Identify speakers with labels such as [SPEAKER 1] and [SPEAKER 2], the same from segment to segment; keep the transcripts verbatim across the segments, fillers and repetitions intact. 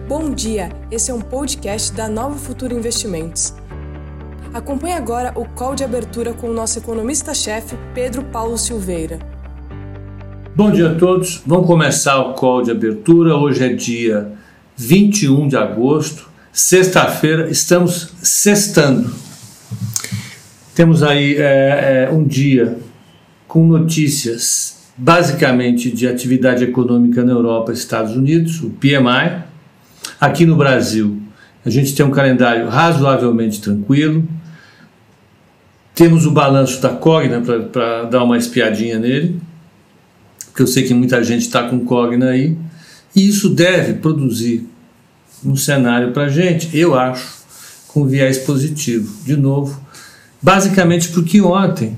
[SPEAKER 1] Bom dia, esse é um podcast da Nova Futura Investimentos. Acompanhe agora o call de abertura com o nosso economista-chefe, Pedro Paulo Silveira.
[SPEAKER 2] Bom dia a todos, vamos começar o call de abertura. Hoje é dia vinte e um de agosto, sexta-feira, estamos sextando. Temos aí é, é, um dia com notícias basicamente de atividade econômica na Europa e Estados Unidos, o P M I. Aqui no Brasil, a gente tem um calendário razoavelmente tranquilo. Temos o balanço da Cogna para dar uma espiadinha nele, porque eu sei que muita gente está com Cogna aí, e isso deve produzir um cenário para a gente, eu acho, com viés positivo. De novo, basicamente porque ontem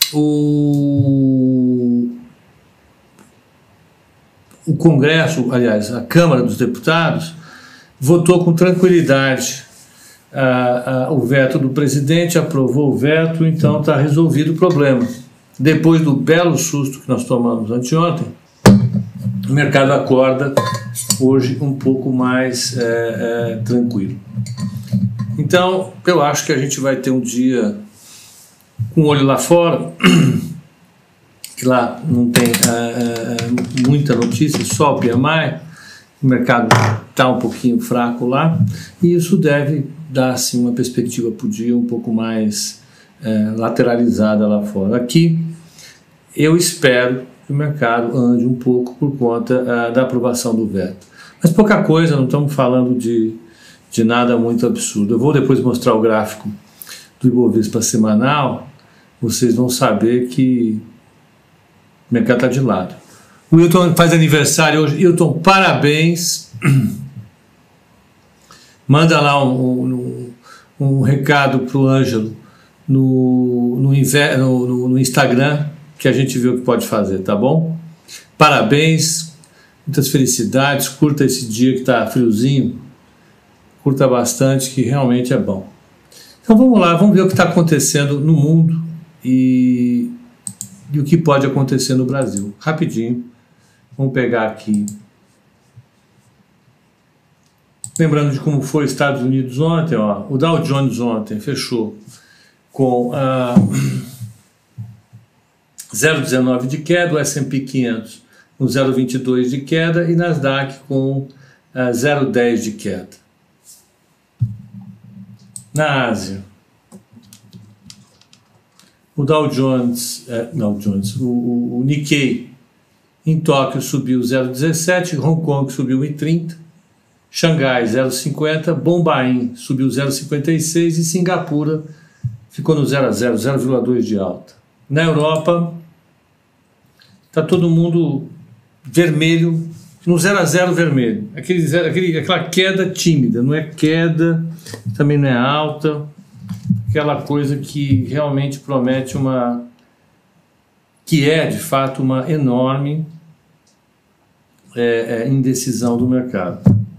[SPEAKER 2] o, o Congresso, aliás, a Câmara dos Deputados, votou com tranquilidade uh, uh, o veto do presidente, aprovou o veto, então está resolvido o problema. Depois do belo susto que nós tomamos anteontem, o mercado acorda hoje um pouco mais é, é, tranquilo. Então, eu acho que a gente vai ter um dia com o olho lá fora, que lá não tem é, é, muita notícia, só o P M I. O mercado está um pouquinho fraco lá, e isso deve dar assim, uma perspectiva para o dia um pouco mais é, lateralizada lá fora. Aqui, eu espero que o mercado ande um pouco por conta é, da aprovação do veto. Mas pouca coisa, não estamos falando de, de nada muito absurdo. Eu vou depois mostrar o gráfico do Ibovespa semanal, vocês vão saber que o mercado está de lado. O Hilton faz aniversário hoje. Hilton, parabéns. Manda lá um, um, um recado para o Ângelo no, no, no, no Instagram, que a gente vê o que pode fazer, tá bom? Parabéns, muitas felicidades, curta esse dia que está friozinho, curta bastante, que realmente é bom. Então vamos lá, vamos ver o que está acontecendo no mundo e, e o que pode acontecer no Brasil. Rapidinho. Vamos pegar aqui, lembrando de como foi os Estados Unidos ontem, ó, o Dow Jones ontem fechou com uh, zero vírgula dezenove de queda, o S and P quinhentos com zero vírgula vinte e dois de queda e Nasdaq com uh, zero vírgula dez de queda. Na Ásia, o Dow Jones, uh, não, Jones, o, o, o Nikkei em Tóquio subiu zero vírgula dezessete, Hong Kong subiu um vírgula trinta, Xangai zero vírgula cinquenta, Bombaim subiu zero vírgula cinquenta e seis e Singapura ficou no zero a zero, zero vírgula dois de alta. Na Europa, está todo mundo vermelho, no zero a zero vermelho, aquele, aquele, aquela queda tímida, não é queda, também não é alta, aquela coisa que realmente promete uma... que é, de fato, uma enorme é, é, indecisão do mercado.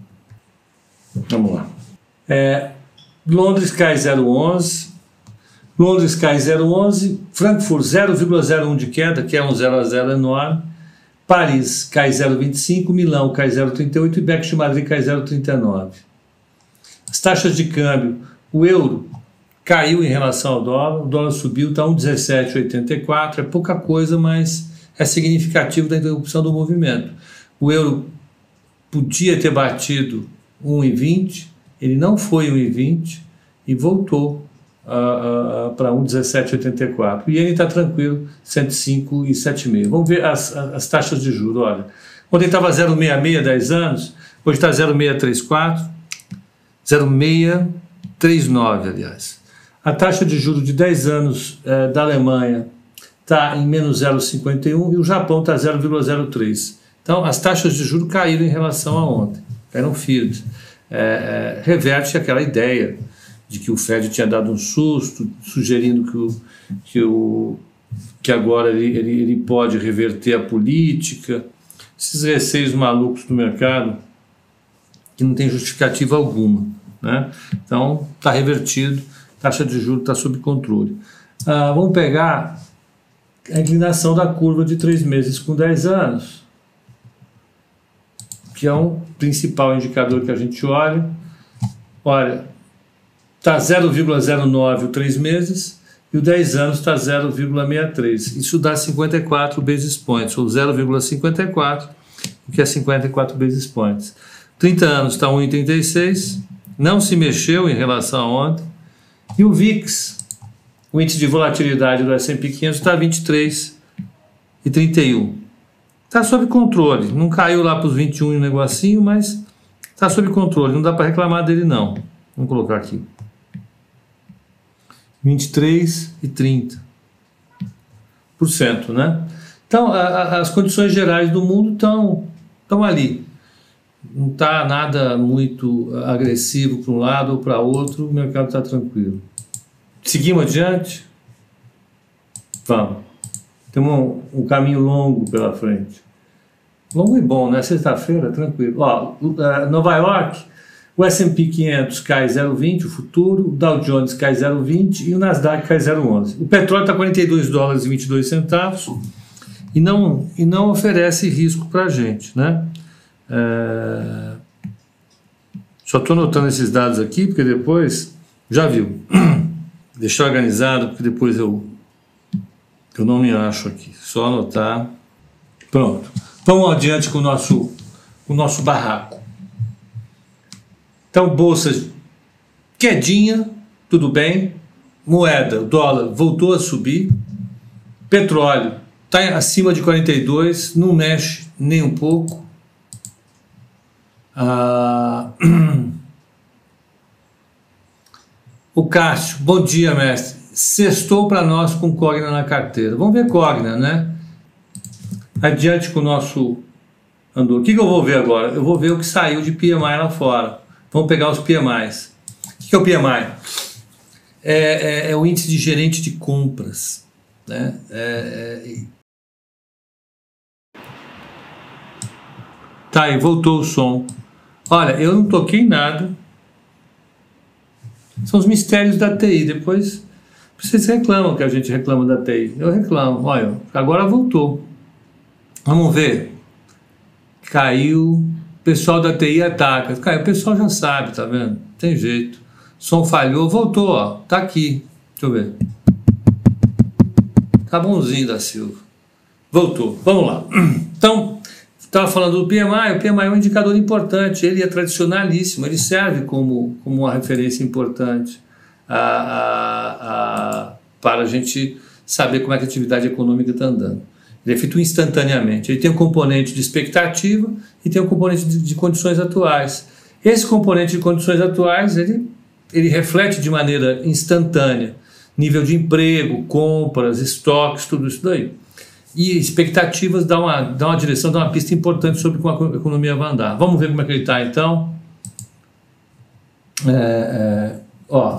[SPEAKER 2] Vamos lá. É, Londres cai zero vírgula onze, Londres cai zero vírgula onze, Frankfurt zero vírgula zero um de queda, que é um zero a zero enorme, Paris cai zero vírgula vinte e cinco, Milão cai zero vírgula trinta e oito e Beck de Madrid cai zero vírgula trinta e nove. As taxas de câmbio, o euro caiu em relação ao dólar, o dólar subiu, está um vírgula dezessete oitenta e quatro, é pouca coisa, mas é significativo da interrupção do movimento. O euro podia ter batido um vírgula vinte, ele não foi um vírgula vinte e voltou uh, uh, para um vírgula dezessete oitenta e quatro. E ele está tranquilo, cento e cinco vírgula setenta e cinco. Vamos ver as, as taxas de juros, olha. Ontem estava zero vírgula sessenta e seis, dez anos, hoje está zero vírgula seiscentos e trinta e quatro, zero vírgula seiscentos e trinta e nove, aliás. A taxa de juros de dez anos eh, da Alemanha está em menos zero vírgula cinquenta e um e o Japão está zero vírgula zero três. Então, as taxas de juros caíram em relação a ontem, caíram firmes. É, é, reverte aquela ideia de que o Fed tinha dado um susto, sugerindo que, o, que, o, que agora ele, ele, ele pode reverter a política. Esses receios malucos do mercado que não tem justificativa alguma, né? Então, está revertido. Taxa de juros está sob controle. Ah, vamos pegar a inclinação da curva de três meses com dez anos. que é um principal indicador que a gente olha. Olha, está zero vírgula zero nove o três meses e o dez anos está zero vírgula sessenta e três. Isso dá cinquenta e quatro basis points, ou zero vírgula cinquenta e quatro, o que é cinquenta e quatro basis points. trinta anos está um vírgula oitenta e seis, não se mexeu em relação a ontem. E o V I X, o índice de volatilidade do S and P quinhentos, está vinte e três vírgula trinta e um. Está sob controle, não caiu lá para os vinte e um e um negocinho, mas está sob controle, não dá para reclamar dele não. Vamos colocar aqui. vinte e três vírgula trinta por cento, né? Então, a, a, as condições gerais do mundo estão, estão ali. Não está nada muito agressivo para um lado ou para outro, o mercado está tranquilo. Seguimos adiante? Vamos. Temos um, um caminho longo pela frente. Longo e bom, né? Sexta-feira, tranquilo. Ó, Nova York, o S and P quinhentos cai zero vírgula vinte, o futuro, o Dow Jones cai zero vírgula vinte e o Nasdaq cai zero vírgula onze. O petróleo está quarenta e dois dólares e vinte e dois centavos e não, e não oferece risco para a gente, né? É... Só estou anotando esses dados aqui, porque depois, já viu, deixar organizado, porque depois eu, eu não me acho aqui, só anotar. Pronto, vamos adiante com o nosso, com o nosso barraco. Então, bolsa quedinha, tudo bem, moeda, o dólar voltou a subir, petróleo está acima de quarenta e dois, não mexe nem um pouco. Ah, o Cássio, bom dia, mestre. Sextou para nós com Cogna na carteira. Vamos ver Cogna, né? Adiante com o nosso andor. O que, que eu vou ver agora? Eu vou ver o que saiu de P M I lá fora. Vamos pegar os P M Is. O que, que é o P M I? É, é, é o índice de gerente de compras, né? É, é... Tá aí, voltou o som. Olha, eu não toquei em nada. São os mistérios da T I. Depois vocês reclamam que a gente reclama da T I. Eu reclamo. Olha, agora voltou. Vamos ver. Caiu. O pessoal da T I ataca. Caiu. O pessoal já sabe, tá vendo? Tem jeito. Som falhou. Voltou, ó. Tá aqui. Deixa eu ver. Tá bonzinho da Silva. Voltou. Vamos lá. Então... Estava falando do P M I, o P M I é um indicador importante, ele é tradicionalíssimo, ele serve como, como uma referência importante a, a, a, para a gente saber como é que a atividade econômica está andando. Ele é feito instantaneamente, ele tem um componente de expectativa e tem um componente de, de condições atuais. Esse componente de condições atuais, ele, ele reflete de maneira instantânea nível de emprego, compras, estoques, tudo isso daí. E expectativas dá uma, dá uma direção, dá uma pista importante sobre como a economia vai andar. Vamos ver como é que ele está, então. É, é, ó,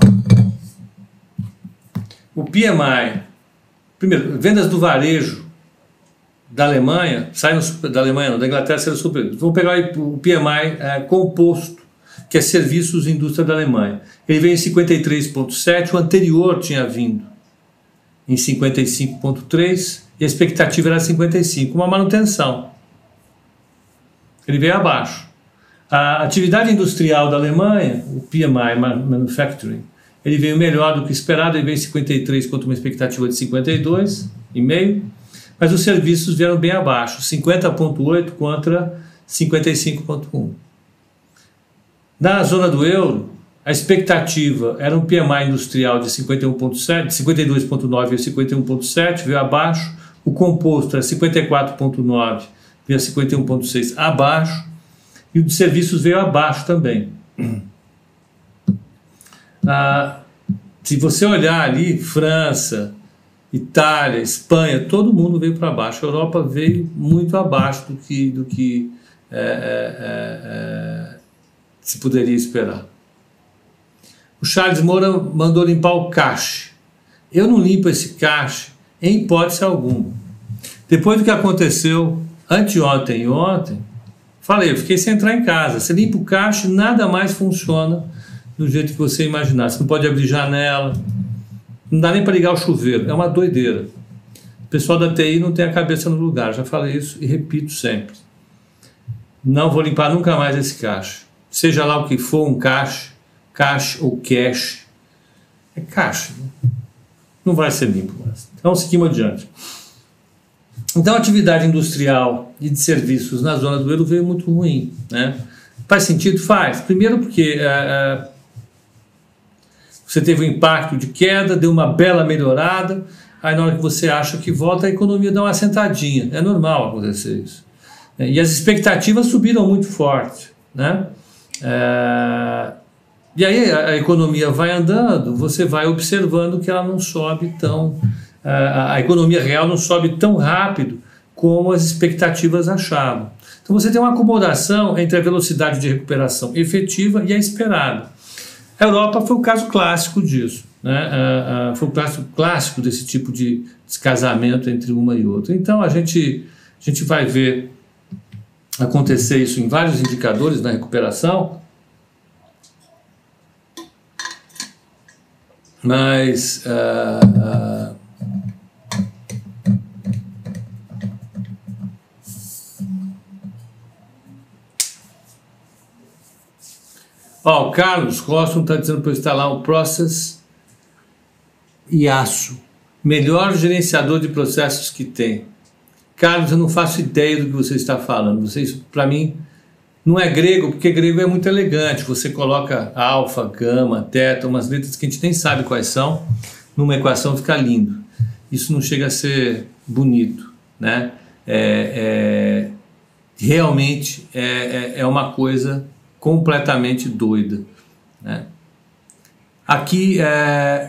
[SPEAKER 2] o P M I, primeiro, vendas do varejo da Alemanha, sai no, da Alemanha não, da Inglaterra será superior. Vamos pegar o P M I é, composto, que é serviços e indústria da Alemanha. Ele veio em cinquenta e três vírgula sete, o anterior tinha vindo em cinquenta e cinco vírgula três, e a expectativa era cinquenta e cinco, uma manutenção. Ele veio abaixo. A atividade industrial da Alemanha, o P M I Manufacturing, ele veio melhor do que esperado, ele veio em cinquenta e três contra uma expectativa de cinquenta e dois vírgula cinco, mas os serviços vieram bem abaixo, cinquenta vírgula oito contra cinquenta e cinco vírgula um. Na zona do euro, a expectativa era um P M I industrial de cinquenta e um vírgula sete, cinquenta e dois vírgula nove e cinquenta e um vírgula sete, veio abaixo. O composto era cinquenta e quatro vírgula nove, veio a cinquenta e um vírgula seis abaixo. E o de serviços veio abaixo também. Ah, se você olhar ali, França, Itália, Espanha, todo mundo veio para baixo. A Europa veio muito abaixo do que, do que é, é, é, se poderia esperar. O Charles Moura mandou limpar o cache. Eu não limpo esse cache em hipótese alguma. Depois do que aconteceu anteontem e ontem, falei, eu fiquei sem entrar em casa. Você limpa o cache, nada mais funciona do jeito que você imaginar. Você não pode abrir janela, não dá nem para ligar o chuveiro, é uma doideira. O pessoal da T I não tem a cabeça no lugar, já falei isso e repito sempre. não vou limpar nunca mais esse caixa. Seja lá o que for, um caixa, caixa ou cash, é caixa, né? Não vai ser limpo mais. Então seguimos adiante. Então a atividade industrial e de serviços na zona do euro veio muito ruim, né? Faz sentido? Faz. Primeiro porque é, é, você teve um impacto de queda, deu uma bela melhorada, aí na hora que você acha que volta, a economia dá uma sentadinha. É normal acontecer isso. E as expectativas subiram muito forte, né? É, e aí a, a economia vai andando, você vai observando que ela não sobe tão... A, a economia real não sobe tão rápido como as expectativas achavam. Então você tem uma acomodação entre a velocidade de recuperação efetiva e a esperada. A Europa foi o caso clássico disso, né? A, a, foi o caso clássico desse tipo de descasamento entre uma e outra. Então a gente, a gente vai ver acontecer isso em vários indicadores na recuperação, mas uh, uh, ó, o Carlos Rosson está dizendo para eu instalar um Process I A S O, melhor gerenciador de processos que tem. Carlos, eu não faço ideia do que você está falando. Você, isso, para mim, não é grego, porque grego é muito elegante. Você coloca alfa, gama, teta, umas letras que a gente nem sabe quais são, numa equação fica lindo. Isso não chega a ser bonito, né? É, é, realmente é, é, é uma coisa completamente doida, né? Aqui é...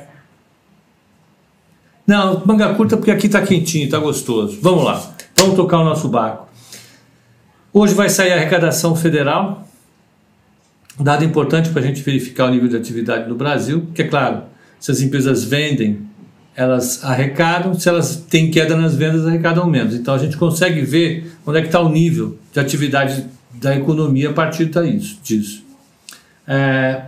[SPEAKER 2] Não, manga curta porque aqui está quentinho, está gostoso. Vamos lá, vamos tocar o nosso barco. Hoje vai sair a arrecadação federal, dado importante para a gente verificar o nível de atividade no Brasil, porque é claro, se as empresas vendem, elas arrecadam, se elas têm queda nas vendas, arrecadam menos. Então a gente consegue ver onde é que está o nível de atividade da economia a partir disso. É...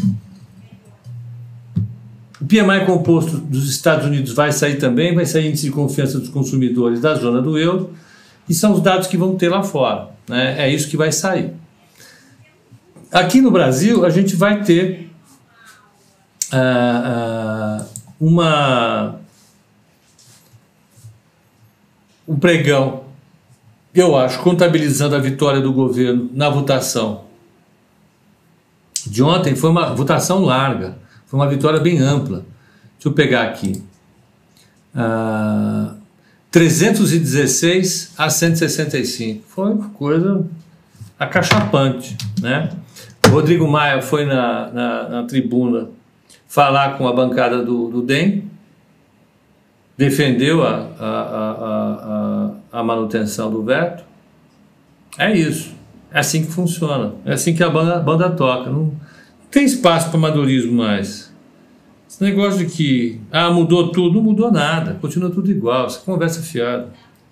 [SPEAKER 2] O P M I composto dos Estados Unidos vai sair também, vai sair índice de confiança dos consumidores da zona do euro, e são os dados que vão ter lá fora, né? É isso que vai sair. Aqui no Brasil, a gente vai ter uh, uh, uma, um pregão, eu acho, contabilizando a vitória do governo na votação de ontem. Foi uma votação larga, foi uma vitória bem ampla. Deixa eu pegar aqui. Uh, trezentos e dezesseis a cento e sessenta e cinco. Foi uma coisa acachapante, né? O Rodrigo Maia foi na, na, na tribuna falar com a bancada do, do D E M, defendeu a, a, a, a, a manutenção do veto. É isso. É assim que funciona. É assim que a banda, a banda toca. Não tem espaço para amadorismo mais. Esse negócio de que ah, mudou tudo, não mudou nada, continua tudo igual, essa conversa fiada.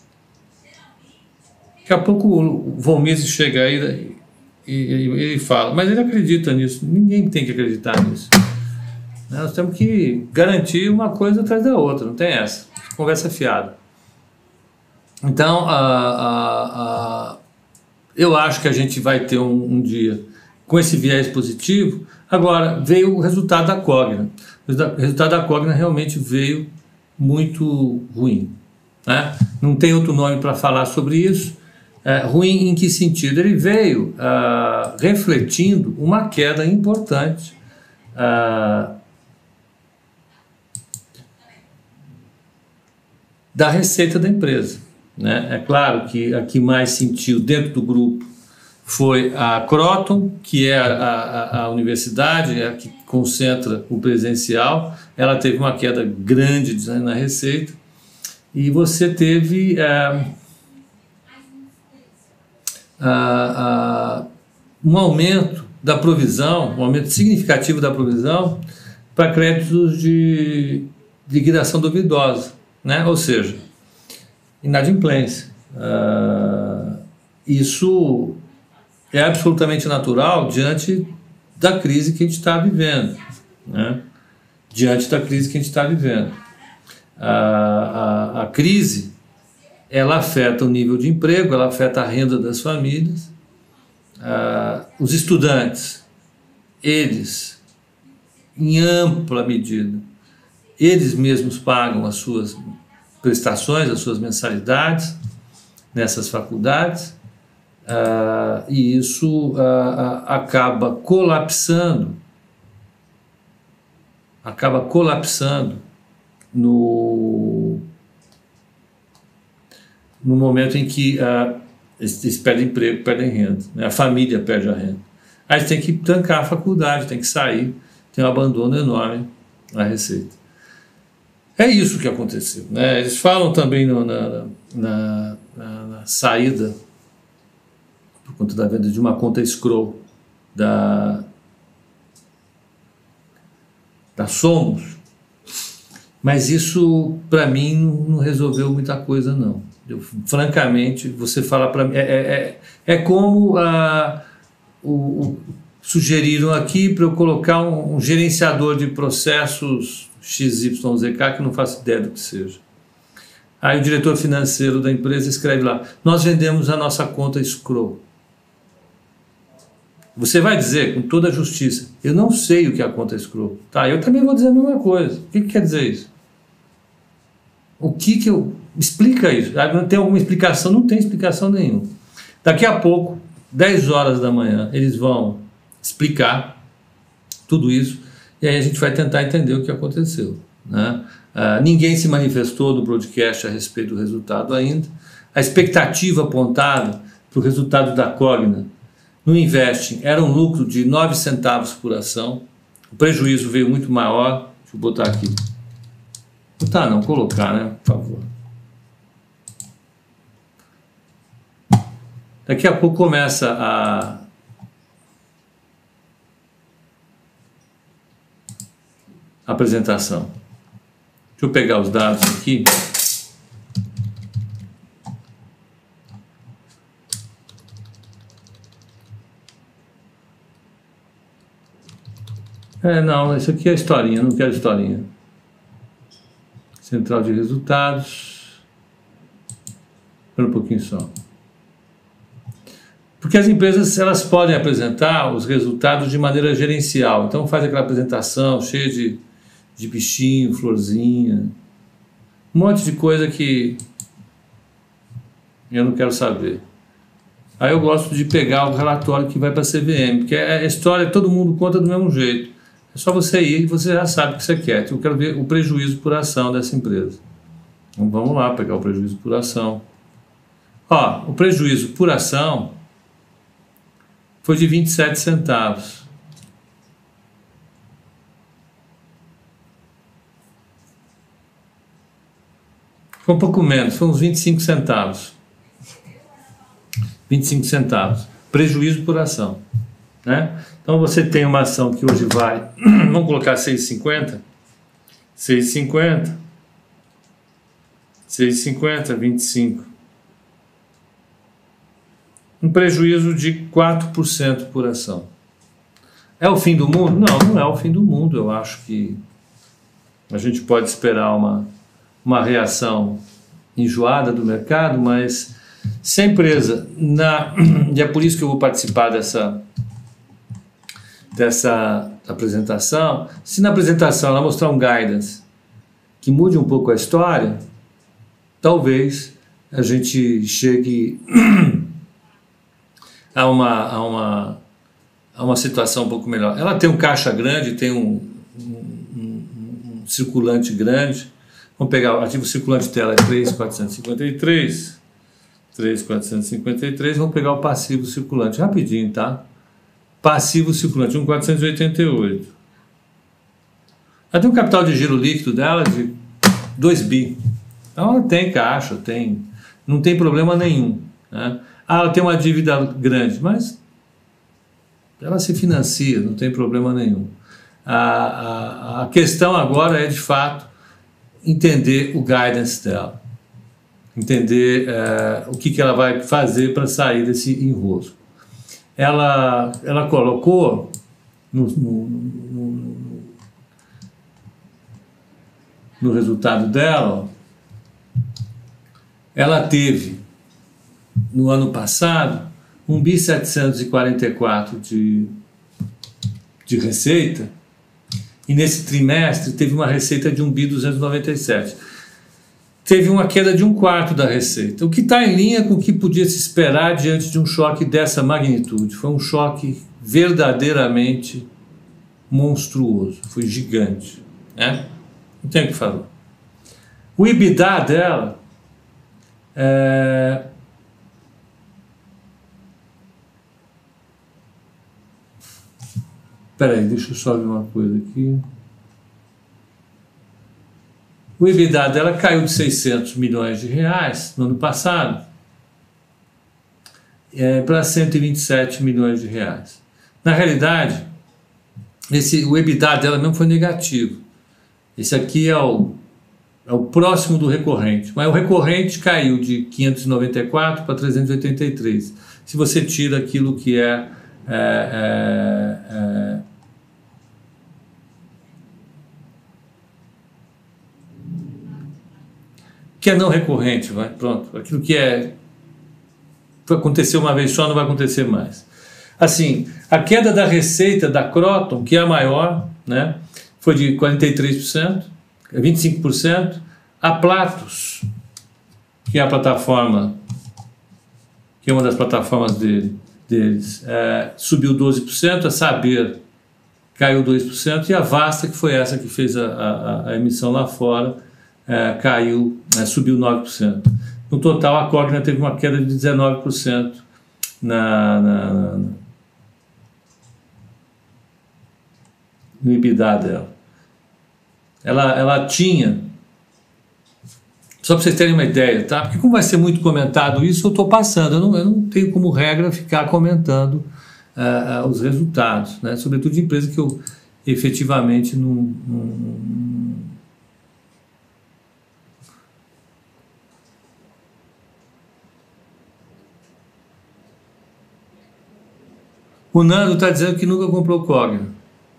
[SPEAKER 2] Daqui a pouco o Volmese chega aí e, e ele fala, mas ele acredita nisso. Ninguém tem que acreditar nisso. Nós temos que garantir uma coisa atrás da outra, não tem essa. Conversa fiada. Então, a, a, a, eu acho que a gente vai ter um, um dia com esse viés positivo. Agora, veio o resultado da Cogna. O resultado da Cogna realmente veio muito ruim, né? Não tem outro nome para falar sobre isso. É, ruim em que sentido? Ele veio ah, refletindo uma queda importante ah, da receita da empresa, né? É claro que a que mais sentiu dentro do grupo foi a Croton, que é a, a, a universidade, é a que concentra o presencial. Ela teve uma queda grande na receita, e você teve é, a, a, um aumento da provisão, um aumento significativo da provisão para créditos de liquidação duvidosa, né? Ou seja, inadimplência. Uh, isso é absolutamente natural diante da crise que a gente está vivendo, né? Diante da crise que a gente está vivendo. A, a, a crise, ela afeta o nível de emprego, ela afeta a renda das famílias, ah, os estudantes, eles, em ampla medida, eles mesmos pagam as suas prestações, as suas mensalidades nessas faculdades, ah, e isso ah, ah, acaba colapsando, acaba colapsando no, no momento em que ah, eles, eles perdem emprego, perdem renda, né? A família perde a renda. Aí eles têm que trancar a faculdade, tem que sair, tem um abandono enorme na receita. É isso que aconteceu, né? Eles falam também no, na, na, na, na saída, por conta da venda de uma conta escrow da, da Somos, mas isso, para mim, não resolveu muita coisa, não. Eu, francamente, você fala para mim, é, é, é como a, o, o, sugeriram aqui para eu colocar um, um gerenciador de processos X Y Z K, que não faço ideia do que seja. Aí o diretor financeiro da empresa escreve lá: nós vendemos a nossa conta escrow. Você vai dizer com toda a justiça: eu não sei o que é a conta escrow. Tá, eu também vou dizer a mesma coisa. O que, que quer dizer isso? O que que eu... Explica isso. Não tem alguma explicação? Não tem explicação nenhuma. Daqui a pouco, dez horas da manhã, eles vão explicar tudo isso. E aí a gente vai tentar entender o que aconteceu, né? Ah, ninguém se manifestou no broadcast a respeito do resultado ainda. A expectativa apontada para o resultado da Cogna no Investing era um lucro de nove centavos por ação. O prejuízo veio muito maior. Deixa eu botar aqui. Botar não, colocar, né? Por favor. Daqui a pouco começa a... apresentação. Deixa eu pegar os dados aqui. É, não, isso aqui é historinha, não quero historinha. Central de resultados. Espera um pouquinho só. Porque as empresas, elas podem apresentar os resultados de maneira gerencial. Então faz aquela apresentação cheia de de bichinho, florzinha, um monte de coisa que eu não quero saber. Aí eu gosto de pegar o relatório que vai para a C V M, porque a história todo mundo conta do mesmo jeito. É só você ir e você já sabe o que você quer. Eu quero ver o prejuízo por ação dessa empresa. Então vamos lá pegar o prejuízo por ação. Ó, o prejuízo por ação foi de vinte e sete centavos. Foi um pouco menos, foi uns vinte e cinco centavos. vinte e cinco centavos. Prejuízo por ação, né? Então você tem uma ação que hoje vale, vamos colocar seis e cinquenta, seis e cinquenta, seis e cinquenta, vinte e cinco. Um prejuízo de quatro por cento por ação. É o fim do mundo? Não, não é o fim do mundo. Eu acho que a gente pode esperar uma uma reação enjoada do mercado, mas se a empresa, na, e é por isso que eu vou participar dessa, dessa apresentação, se na apresentação ela mostrar um guidance que mude um pouco a história, talvez a gente chegue a uma, a uma, a uma situação um pouco melhor. Ela tem um caixa grande, tem um, um, um, um circulante grande. Vamos pegar o ativo circulante tela é três mil quatrocentos e cinquenta e três, três mil quatrocentos e cinquenta e três, vamos pegar o passivo circulante, rapidinho, tá? Passivo circulante, um mil quatrocentos e oitenta e oito. Ela tem um capital de giro líquido dela de dois bi. Então ela tem caixa, tem, não tem problema nenhum, né? Ah, ela tem uma dívida grande, mas ela se financia, não tem problema nenhum. A, a, a questão agora é, de fato, entender o guidance dela, entender é, o que, que ela vai fazer para sair desse enrosco. Ela, ela colocou no, no, no, no resultado dela, ela teve no ano passado um bi setecentos e quarenta e quatro de, de receita, e nesse trimestre teve uma receita de um bi duzentos e noventa e sete. Teve uma queda de um quarto da receita, o que está em linha com o que podia se esperar diante de um choque dessa magnitude. Foi um choque verdadeiramente monstruoso, foi gigante, né? Não tem o que falar. O EBITDA dela é... Peraí, deixa eu só ver uma coisa aqui. O EBITDA dela caiu de seiscentos milhões de reais no ano passado é, para cento e vinte e sete milhões de reais. Na realidade, esse, o EBITDA dela mesmo foi negativo. Esse aqui é o, é o próximo do recorrente. Mas o recorrente caiu de quinhentos e noventa e quatro para trezentos e oitenta e três. Se você tira aquilo que é... é, é, é que é não recorrente, vai, pronto, aquilo que é aconteceu uma vez só não vai acontecer mais. Assim, a queda da receita da Croton, que é a maior, né, foi de quarenta e três por cento, vinte e cinco por cento. A Platos, que é a plataforma, que é uma das plataformas dele, deles, é, subiu doze por cento, a Saber caiu dois por cento, e a Vasta, que foi essa que fez a, a, a emissão lá fora, É, caiu, é, subiu nove por cento. No total, a Cogna teve uma queda de dezenove por cento na, na, na, no EBITDA dela. Ela, ela tinha, só para vocês terem uma ideia, tá? Porque como vai ser muito comentado isso, eu estou passando, eu não, eu não tenho como regra ficar comentando uh, uh, os resultados, né? Sobretudo de empresas que eu efetivamente não... não O Nando está dizendo que nunca comprou Cogna.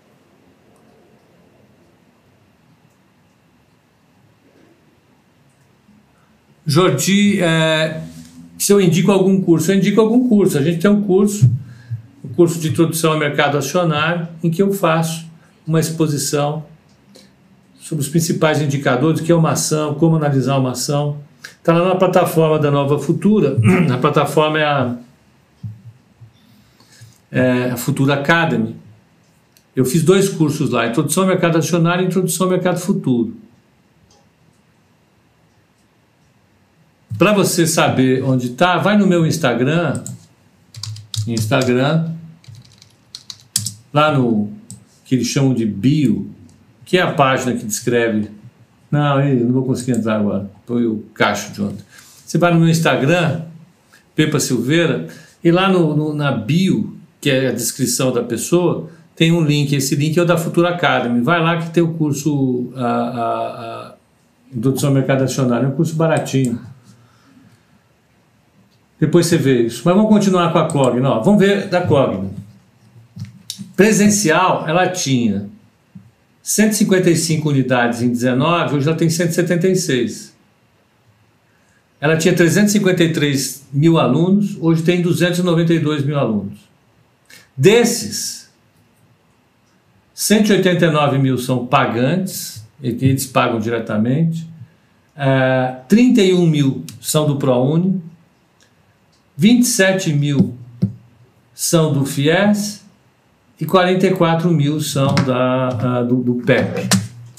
[SPEAKER 2] Jordi, é, se eu indico algum curso, eu indico algum curso. A gente tem um curso, o um curso de introdução ao mercado acionário, em que eu faço uma exposição sobre os principais indicadores, o que é uma ação, como analisar uma ação. Está lá na plataforma da Nova Futura. A plataforma é a É, a Futura Academy. Eu fiz dois cursos lá, Introdução ao Mercado Acionário e Introdução ao Mercado Futuro. Para você saber onde está, vai no meu Instagram, Instagram, lá no que eles chamam de bio, que é a página que descreve. Não, eu não vou conseguir entrar agora, foi o cacho de ontem. Você vai no meu Instagram, Pepa Silveira, e lá no, no, na bio, que é a descrição da pessoa, tem um link. Esse link é o da Futura Academy. Vai lá que tem o curso a, a, a Introdução ao Mercado Acionário. É um curso baratinho. Depois você vê isso. Mas vamos continuar com a Cogna. Ó, vamos ver da Cogna. Presencial, ela tinha cento e cinquenta e cinco unidades em dezenove, hoje ela tem cento e setenta e seis. Ela tinha trezentos e cinquenta e três mil alunos, hoje tem duzentos e noventa e dois mil alunos. Desses, cento e oitenta e nove mil são pagantes, eles pagam diretamente, uh, trinta e um mil são do ProUni, vinte e sete mil são do FIES e quarenta e quatro mil são da, uh, do, do P E P.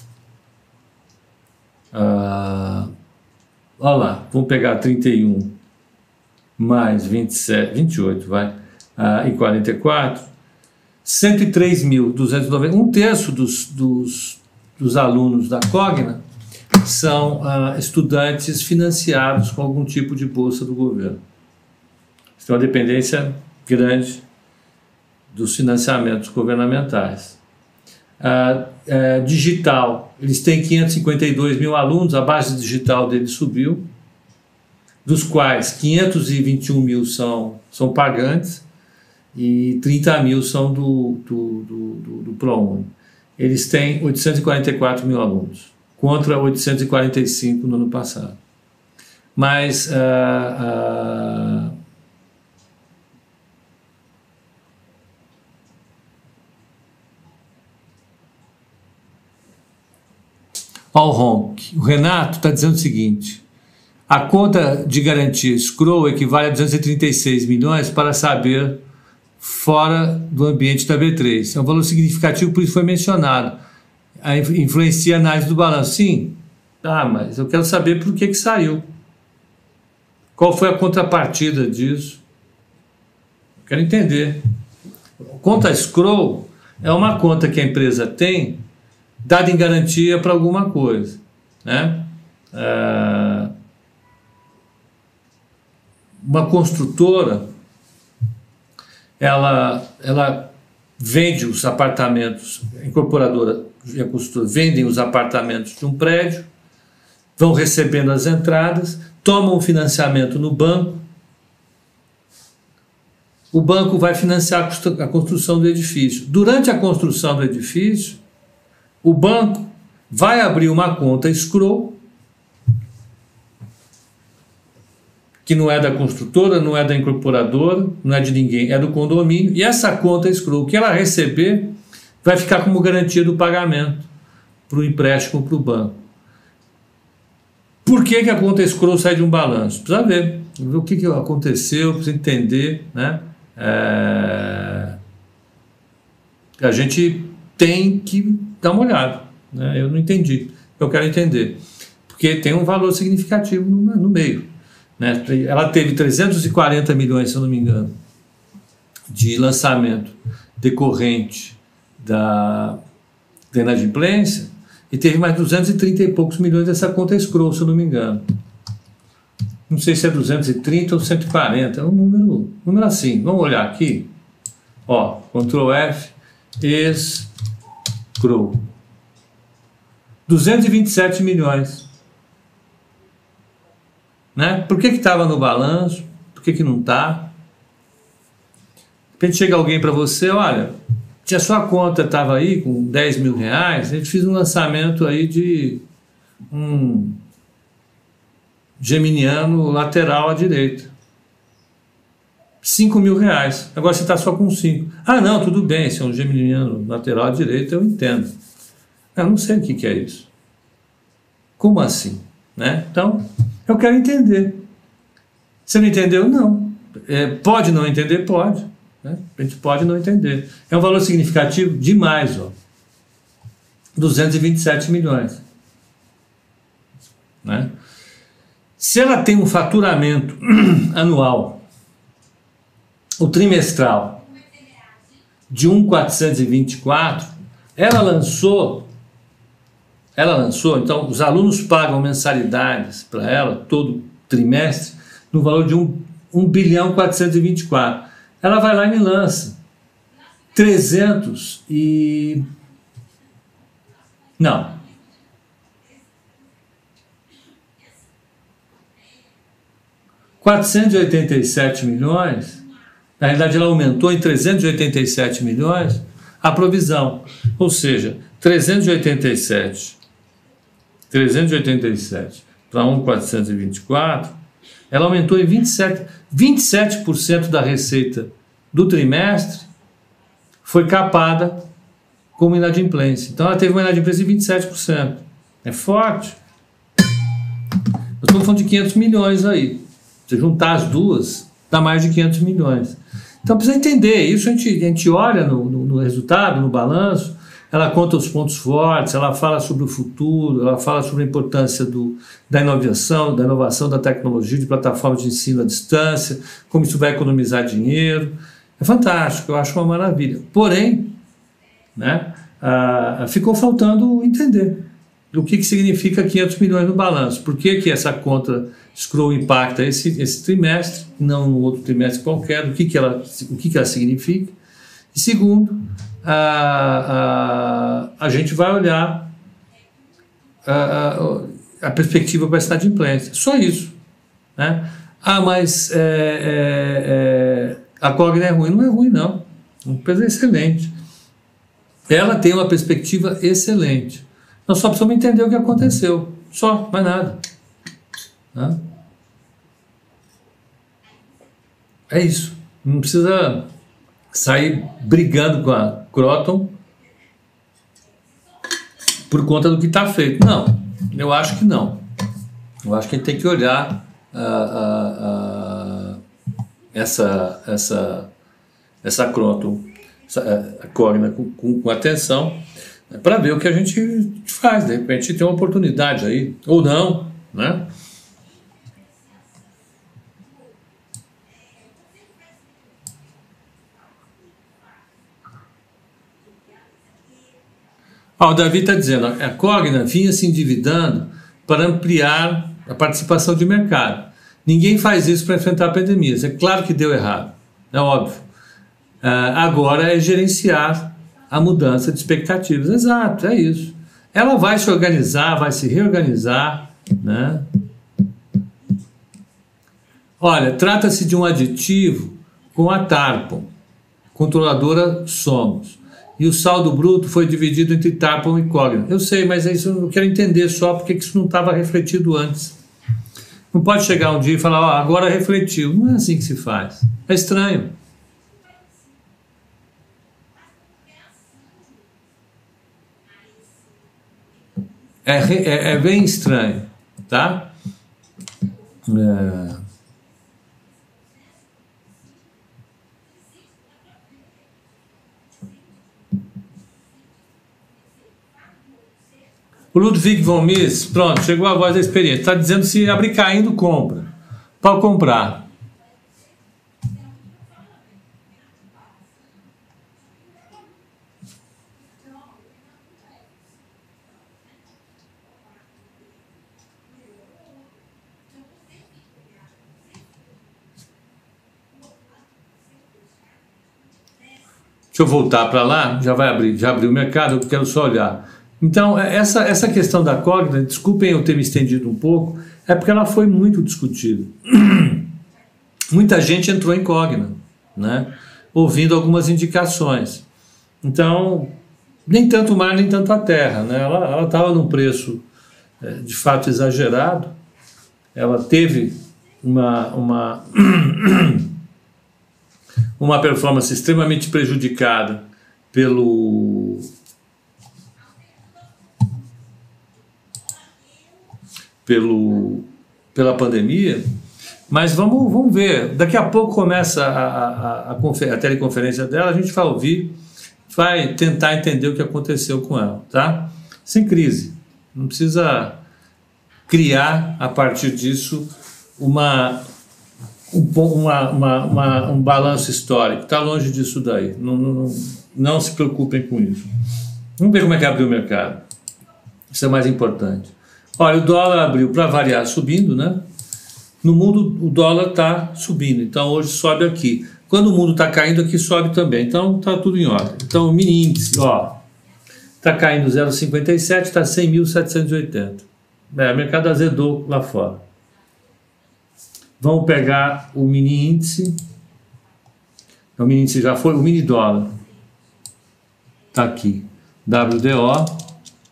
[SPEAKER 2] Uh, olha lá, vamos pegar trinta e um mais vinte e sete, vinte e oito, vai. Uh, e quarenta e quatro, cento e três mil duzentos e noventa, um terço dos, dos, dos alunos da Cogna são uh, estudantes financiados com algum tipo de bolsa do governo. Tem uma dependência grande dos financiamentos governamentais. Uh, uh, digital, eles têm quinhentos e cinquenta e dois mil alunos, a base digital deles subiu, dos quais quinhentos e vinte e um mil são, são pagantes, e trinta mil são do, do, do, do, do ProUni. Eles têm oitocentos e quarenta e quatro mil alunos, contra oitocentos e quarenta e cinco no ano passado. Mas uh, uh, ao Ronk. O Renato está dizendo o seguinte: a conta de garantia escrow equivale a duzentos e trinta e seis milhões para saber fora do ambiente da B três. É um valor significativo, por isso foi mencionado. A influencia a análise do balanço. Sim, ah, mas eu quero saber por que que saiu. Qual foi a contrapartida disso? Quero entender. Conta escrow é uma conta que a empresa tem dada em garantia para alguma coisa, né? É... Uma construtora, ela, ela vende os apartamentos, a incorporadora e a construtora vendem os apartamentos de um prédio, vão recebendo as entradas, tomam o financiamento no banco, o banco vai financiar a construção do edifício. Durante a construção do edifício, o banco vai abrir uma conta escrow, que não é da construtora, não é da incorporadora, não é de ninguém, é do condomínio, e essa conta escrow, o que ela receber, vai ficar como garantia do pagamento para o empréstimo para o banco. Por que que a conta escrow sai de um balanço? Precisa ver, ver o que, que aconteceu, precisa entender, né? É... A gente tem que dar uma olhada, né? Eu não entendi, eu quero entender, porque tem um valor significativo no, no meio, né? Ela teve trezentos e quarenta milhões, se eu não me engano, de lançamento decorrente da, da inadimplência, e teve mais duzentos e trinta e poucos milhões dessa conta escrow, se eu não me engano. Não sei se é duzentos e trinta ou cento e quarenta, é um número, número assim. Vamos olhar aqui. Ó, control F, escrow. duzentos e vinte e sete milhões. Né? Por que que estava no balanço? Por que que não está? De repente chega alguém para você, olha, se a sua conta estava aí com dez mil reais, a gente fez um lançamento aí de um geminiano lateral à direita. cinco mil reais. Agora você está só com cinco. Ah, não, tudo bem, se é um geminiano lateral à direita, eu entendo. Eu não sei o que, que é isso. Como assim? Né? Então, eu quero entender. Você não entendeu? Não. É, pode não entender? Pode. Né? A gente pode não entender. É um valor significativo demais. Ó. duzentos e vinte e sete milhões. Né? Se ela tem um faturamento anual, o trimestral, de um mil quatrocentos e vinte e quatro, ela lançou, ela lançou, então os alunos pagam mensalidades para ela todo trimestre no valor de um bilhão quatrocentos e vinte e quatro. Ela vai lá e me lança trezentos e... Não. quatrocentos e oitenta e sete milhões, na realidade ela aumentou em trezentos e oitenta e sete milhões a provisão, ou seja, trezentos e oitenta e sete, trezentos e oitenta e sete para um mil quatrocentos e vinte e quatro, ela aumentou em vinte e sete, vinte e sete por cento da receita do trimestre foi capada como inadimplência. Então ela teve uma inadimplência de vinte e sete por cento. É forte. Nós estamos falando de quinhentos milhões aí. Se juntar as duas, dá mais de quinhentos milhões. Então precisa entender, isso a gente, a gente olha no, no, no resultado, no balanço, ela conta os pontos fortes, ela fala sobre o futuro, ela fala sobre a importância do, da inovação, da inovação da tecnologia, de plataformas de ensino à distância, como isso vai economizar dinheiro. É fantástico, eu acho uma maravilha. Porém, né, ah, ficou faltando entender o que, que significa quinhentos milhões no balanço. Por que, que essa conta escrow impacta esse, esse trimestre, não no outro trimestre qualquer, o que, que, ela, o que, que ela significa. E segundo, a, a, a gente vai olhar a, a, a perspectiva para essa inadimplência. Só isso. Né? Ah, mas é, é, é, a Cogna é ruim. Não é ruim, não. Uma empresa excelente. Ela tem uma perspectiva excelente. Nós só precisamos entender o que aconteceu. Só, mais nada. Né? É isso. Não precisa sair brigando com a Croton por conta do que está feito. Não. Eu acho que não. Eu acho que a gente tem que olhar uh, uh, uh, essa, essa, essa Croton, essa, a Cogna com, com, com atenção, né, para ver o que a gente faz. De repente tem uma oportunidade aí, ou não, né? Ah, o Davi está dizendo, a Cogna vinha se endividando para ampliar a participação de mercado. Ninguém faz isso para enfrentar pandemias. É claro que deu errado, é óbvio. Ah, agora é gerenciar a mudança de expectativas. Exato, é isso. Ela vai se organizar, vai se reorganizar, né? Olha, trata-se de um aditivo com a Tarpon, controladora Somos. E o saldo bruto foi dividido entre Tarpon e Cogna. Eu sei, mas é isso eu quero entender só porque isso não estava refletido antes. Não pode chegar um dia e falar, ó, agora refletiu. Não é assim que se faz. É estranho. É, é, é bem estranho, tá? É... O Ludwig von Mises, pronto, chegou a voz da experiência. Está dizendo se abrir caindo, compra. Para comprar. Deixa eu voltar para lá, já vai abrir, já abriu o mercado, eu quero só olhar. Então, essa, essa questão da Cogna, desculpem eu ter me estendido um pouco, é porque ela foi muito discutida. Muita gente entrou em Cogna, né, ouvindo algumas indicações. Então, nem tanto o mar, nem tanto a terra. Né, ela estava num preço é, de fato exagerado, ela teve uma, uma, uma performance extremamente prejudicada pelo... Pelo, pela pandemia, mas vamos, vamos ver. Daqui a pouco começa a, a, a, a teleconferência dela, a gente vai ouvir, vai tentar entender o que aconteceu com ela, tá? Sem crise. Não precisa criar, a partir disso, uma, uma, uma, uma, um balanço histórico. Está longe disso daí. Não, não, não se preocupem com isso. Vamos ver como é que abriu o mercado. Isso é mais importante. Olha, o dólar abriu, para variar, subindo, né? No mundo o dólar está subindo, então hoje sobe aqui. Quando o mundo está caindo, aqui sobe também, então está tudo em ordem. Então o mini índice, ó, está caindo zero vírgula cinquenta e sete, está cem mil setecentos e oitenta. É, o mercado azedou lá fora. Vamos pegar o mini índice. O mini índice já foi, o mini dólar está aqui, W D O.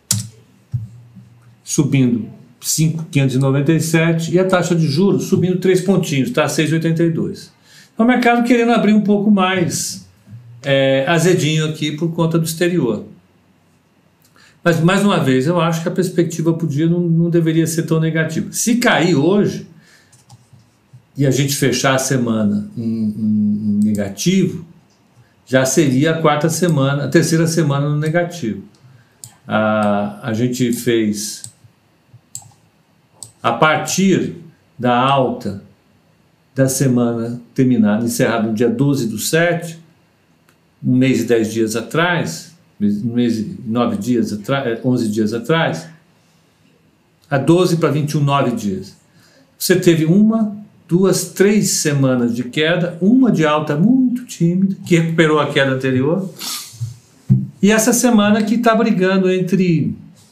[SPEAKER 2] Subindo cinco mil quinhentos e noventa e sete e a taxa de juros subindo três pontinhos, está seis vírgula oitenta e dois. É o mercado querendo abrir um pouco mais é, azedinho aqui por conta do exterior. Mas, mais uma vez, eu acho que a perspectiva para o dia não, não deveria ser tão negativa. Se cair hoje e a gente fechar a semana em, em, em negativo, já seria a quarta semana, a terceira semana no negativo. A, a gente fez... A partir da alta da semana terminada, encerrada no dia doze do sete, um mês e dez dias atrás, um mês e nove dias atrás, onze dias atrás, a doze para vinte e um, nove dias. Você teve uma, duas, três semanas de queda, uma de alta muito tímida, que recuperou a queda anterior, e essa semana que está brigando entre...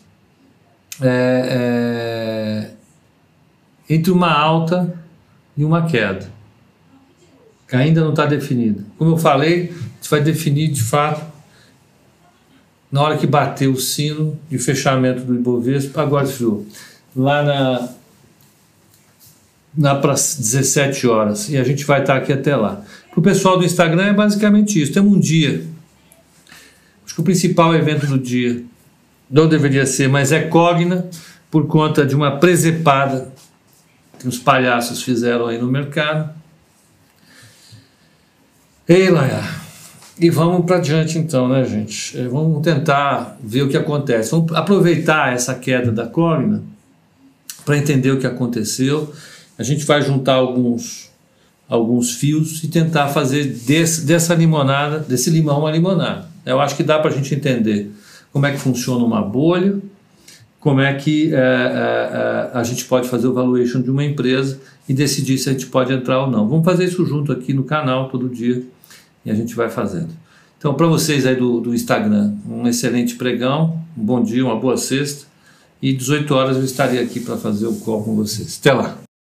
[SPEAKER 2] É, é, entre uma alta e uma queda, que ainda não está definida. Como eu falei, isso vai definir de fato na hora que bater o sino de fechamento do Ibovespa, agora esfriou, lá na, na para dezessete horas, e a gente vai estar aqui até lá. Para o pessoal do Instagram é basicamente isso, temos um dia, acho que o principal evento do dia, não deveria ser, mas é Cogna, por conta de uma presepada que os palhaços fizeram aí no mercado. Ei, Laia. E vamos para diante então, né, gente? Vamos tentar ver o que acontece. Vamos aproveitar essa queda da Cogna para entender o que aconteceu. A gente vai juntar alguns, alguns fios e tentar fazer desse, dessa limonada, desse limão uma limonada. Eu acho que dá para a gente entender como é que funciona uma bolha, como é que é, é, a gente pode fazer o valuation de uma empresa e decidir se a gente pode entrar ou não. Vamos fazer isso junto aqui no canal todo dia e a gente vai fazendo. Então, para vocês aí do, do Instagram, um excelente pregão, um bom dia, uma boa sexta, e dezoito horas eu estarei aqui para fazer o call com vocês. Até lá!